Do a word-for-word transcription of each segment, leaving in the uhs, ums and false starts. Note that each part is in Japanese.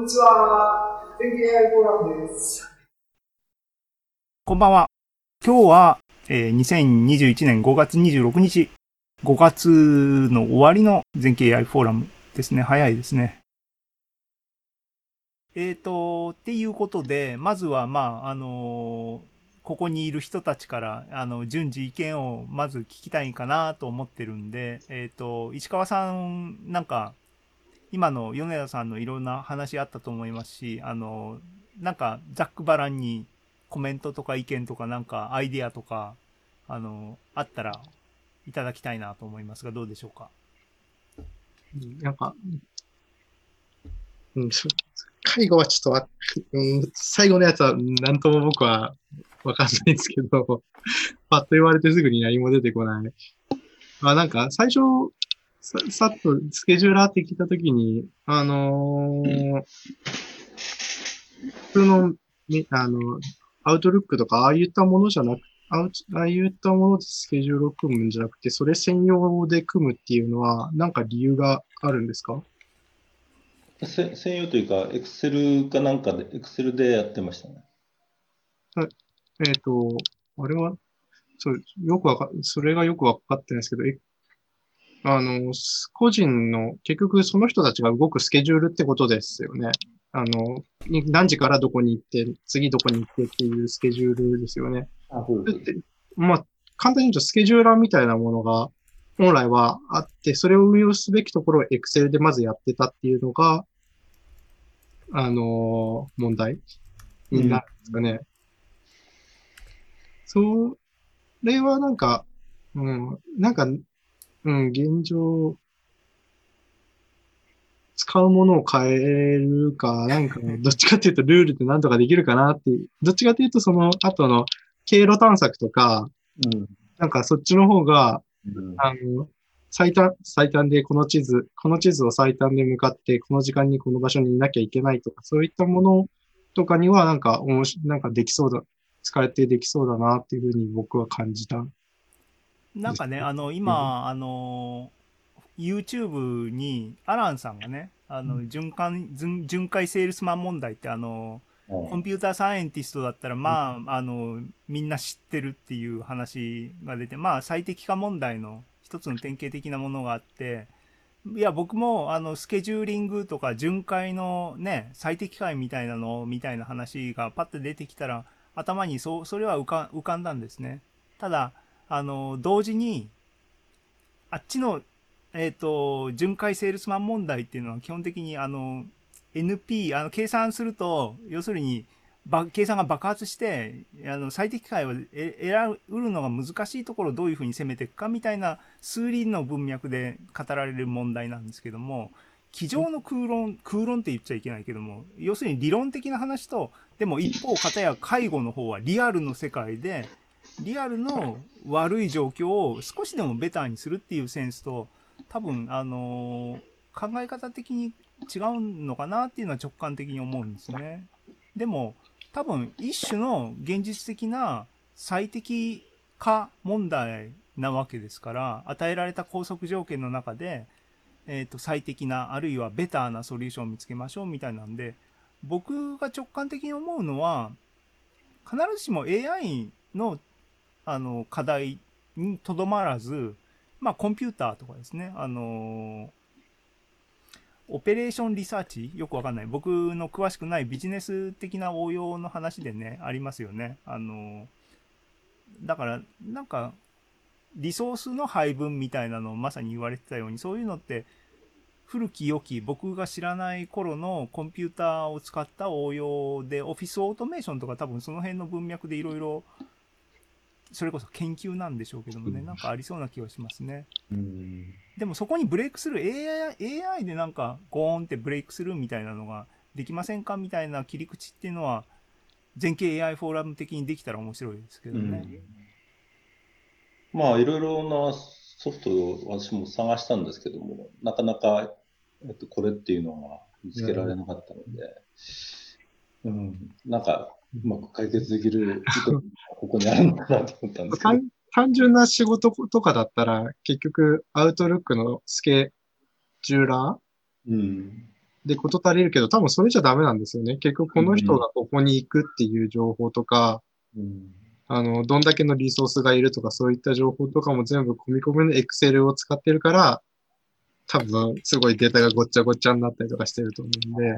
にちは。全景 エーアイ フォーラムです。 こんばんは。今日は、えー、にせんにじゅういちねんごがつにじゅうろくにち、ごがつの終わりの全景 エーアイ フォーラムですね。早いですね。えーと、っていうことで、まずは、まあ、あのーここにいる人たちから、あの、順次意見をまず聞きたいかなと思ってるんで、えーと、石川さん、なんか、今の米田さんのいろんな話あったと思いますし、あの、なんかざっくばらんにコメントとか意見とかなんかアイディアとか、あの、あったらいただきたいなと思いますが、どうでしょうか。 なんか、うん、介護はちょっとあ、うん、最後のやつは何とも僕はわかんないですけど、パッと言われてすぐに何も出てこない。まあなんか最初、さ、さっとスケジューラーって聞いたときに、あのー、普通の、ね、あの、アウトルックとか、ああいったものじゃなく、あうああいったものでスケジュールを組むんじゃなくて、それ専用で組むっていうのは、なんか理由があるんですか？ せ専用というか、Excel かなんかで、Excel でやってましたね。 はい。えっと、あれは、そう、よくわか、それがよくわかってないですけど、え、あの、す個人の、結局その人たちが動くスケジュールってことですよね。あの、い何時からどこに行って、次どこに行ってっていうスケジュールですよね。 あ、そうです。 それって、まあ、簡単に言うとスケジューラーみたいなものが本来はあって、それを運用すべきところを Excel でまずやってたっていうのが、あの問題になるんですかね。それはなんか、うん、なんか、うん、現状、使うものを変えるか、なんか、どっちかっていうとルールでなんとかできるかなっていう、どっちかっていうとその後の経路探索とか、 うん。 なんかそっちの方が、 うん、 あの、最短、最短でこの地図、この地図を最短で向かって、この時間にこの場所にいなきゃいけないとか、そういったものとかにはなんか、おもし、なんかできそうだ、使えてできそうだなっていうふうに僕は感じたんです。 なんかね、あの、 うん。 今、あの、YouTube にアランさんがね、あの、循環、巡巡回セールスマン問題ってあの、コンピューターサイエンティストだったら、まあ、あの、みんな知ってるっていう話が出て、まあ、最適化問題の一つの典型的なものがあって、いや、僕も、あの、スケジューリングとか巡回のね、最適解みたいなの、みたいな話がパッと出てきたら、頭にそう、それは浮か浮かんだんですね。ただ、あの、同時に、あっちの、えっ、と、巡回セールスマン問題っていうのは基本的にあの、エヌピー、あの、計算すると、要するに、ば計算が爆発して、あの、最適解を得得うるのが難しいところをどういうふうに攻めていくかみたいな数理の文脈で語られる問題なんですけども、机上の空論、空論って言っちゃいけないけども、要するに理論的な話と、でも一方、片や介護の方はリアルの世界で、リアルの悪い状況を少しでもベターにするっていうセンスと、多分、あのー考え方的に違うのかなっていうのは直感的に思うんですね。でも、多分、一種の現実的な最適化問題なわけですから、与えられた拘束条件の中で、えっと、最適な、あるいはベターなソリューションを見つけましょうみたいなんで、僕が直感的に思うのは、必ずしも エーアイ のあの課題にとどまらず、まあ、コンピューターとかですね、あのオペレーションリサーチ、よくわかんない、僕の詳しくないビジネス的な応用の話でね、ありますよね。あのだから、なんか、リソースの配分みたいなのをまさに言われてたように、そういうのって、古き良き僕が知らない頃のコンピューターを使った応用で、オフィスオートメーションとか多分その辺の文脈でいろいろそれこそ研究なんでしょうけどもね、なんかありそうな気はしますね。 うん、 でもそこにブレイクする エーアイ、エーアイ でなんかゴーンってブレイクするみたいなのができませんかみたいな切り口っていうのは、全景 エーアイ フォーラム的にできたら面白いですけどね。 うん、まあ、いろいろなソフトを私も探したんですけども、なかなか、えっと、これっていうのが見つけられなかったので、うん、なんか、うまく解決できる意図がここにあるのかなと思ったんですけど。 単単純な仕事とかだったら、結局、アウトルックのスケジューラーうん。 で事足りるけど、多分それじゃダメなんですよね。結局この人がここに行くっていう情報とか、 うん。 あの、どんだけのリソースがいるとか、そういった情報とかも全部込み込みの Excel を使ってるから、多分すごいデータがごっちゃごっちゃになったりとかしてると思うんで、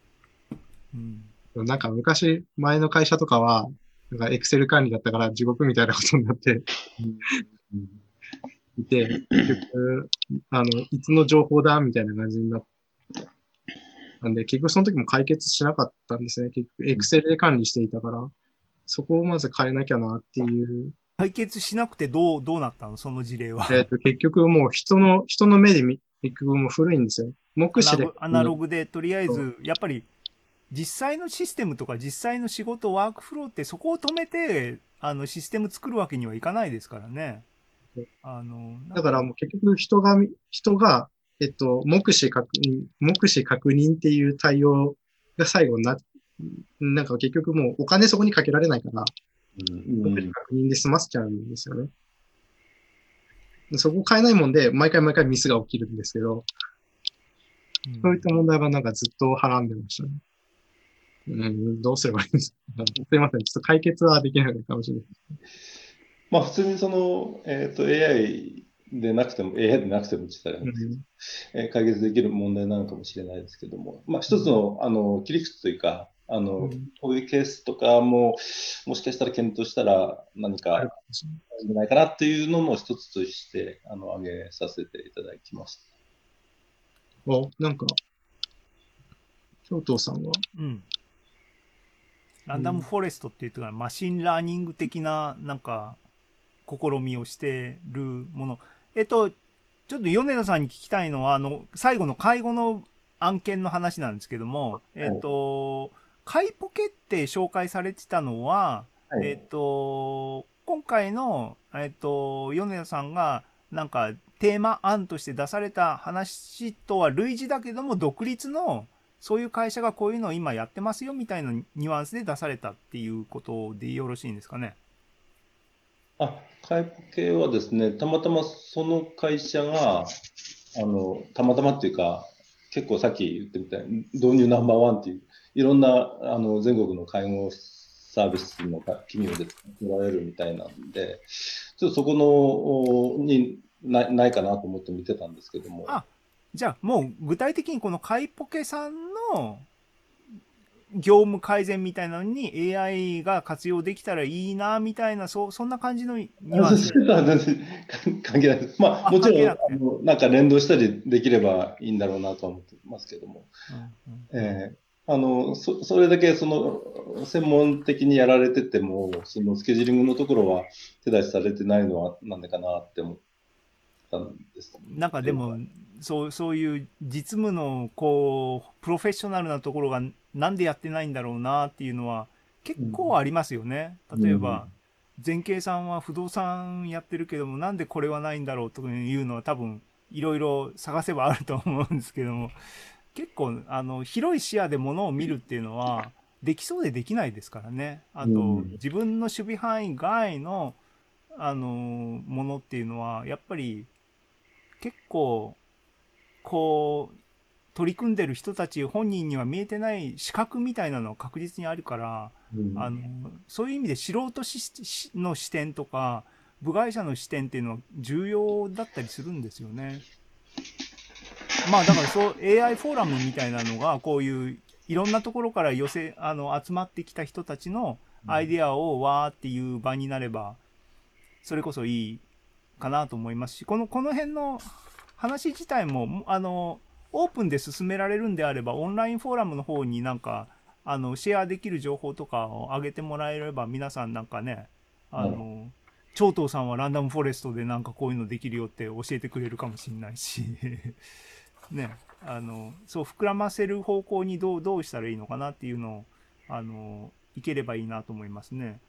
うん。 なんか昔、前の会社とかは、なんか Excel 管理だったから地獄みたいなことになってうんいて、結局、あの、いつの情報だみたいな感じになったんで、結局その時も解決しなかったんですね。結局 Excel で管理していたから、そこをまず変えなきゃなっていう。 解決しなくてどう、どうなったのその事例は。 えっと、結局もう人の、人の目で見、結局もう古いんですよ。目視でアナログ、アナログでとりあえず、やっぱり実際のシステムとか実際の仕事、ワークフローってそこを止めて、あの、システム作るわけにはいかないですからね。あの、なんか、 だからもう結局人が、人が、えっと、目視確認、目視確認っていう対応が最後にな、なんか結局もうお金そこにかけられないから、目視確認で済ませちゃうんですよね。そこを変えないもんで、毎回毎回ミスが起きるんですけど、そういった問題はなんかずっとはらんでましたね。うん、どうすればいいんですか。すいません。ちょっと解決はできないかもしれない。 まあ普通にその、えっと、エーアイ でなくても、エーアイ でなくても自体は、 うんえー解決できる問題なのかもしれないですけども、まあ一つの、あの、切り口というか、あの、 うん、 こういうケースとかも、もしかしたら検討したら何あるかかもしれない。 あるんじゃないかなっていうのも一つとして、あの、挙げさせていただきました。 お、なんか、京都さんは、 うん。ランダムフォレストって言ってからマシンラーニング的ななんか試みをしてるもの。えっと、ちょっと米田さんに聞きたいのは、あの、最後の介護の案件の話なんですけども、えっと、カイポケって紹介されてたのは、 はい。 えっと、今回の、えっと、米田さんがなんかテーマ案として出された話とは類似だけども、独立のそういう会社がこういうのを今やってますよみたいなニュアンスで出されたっていうことでよろしいんですかね。 あ、カイポ系はですね、たまたまその会社が、あの、たまたまっていうか、結構さっき言ってみたいに、導入ナンバーワンっていう、いろんな、あの、全国の介護サービスの企業で作られるみたいなんで、ちょっとそこの、になないかなと思って見てたんですけども、 あ、じゃあもう具体的にこのカイポケさんの業務改善みたいなのに エーアイ が活用できたらいいなみたいな、そそんな感じのニュアンス。 あ、そういうのは全然関係ないです。まあ、 あ、 もちろん、 関係なくて。 あの、なんか連動したりできればいいんだろうなとは思ってますけども。 うんうんうん、 ええ、あの、そ、それだけその、専門的にやられてても、そのスケジューリングのところは手出しされてないのはなんでかなって思ったんですなんかでもけど。 そうそういう実務のこうプロフェッショナルなところがなんでやってないんだろうなっていうのは結うん。 構ありますよね。例えばうん。 前慶さんは不動産やってるけどもなんでこれはないんだろうというのは多分いろいろ探せばあると思うんですけども、結構あの広い視野でものを見るっていうのはできそうでできないですからね。あうとん。 自分の守備範囲外のあのものっていうのはやっぱり結構こう取り組んでる人たち本人には見えてない視覚みたいなのは確実にあるから、 うん。 あのそういう意味で素人しの視点とか部外者の視点っていうのは重要だったりするんですよね。まあだからそう エーアイ フォーラムみたいなのがこういういろんなところから寄せあの集まってきた人たちのアイデアをわーっていう場になればそれこそいいかなと思いますし、このこの辺の話自体もあのオープンで進められるんであればオンラインフォーラムの方になんかあのシェアできる情報とかを上げてもらえれば皆さんなんかね、あはい。 の長藤さんはランダムフォレストでなんかこういうのできるよって教えてくれるかもしれないしね、あのそう膨らませる方向にどうどうしたらいいのかなっていうのをあのいければいいなと思いますね。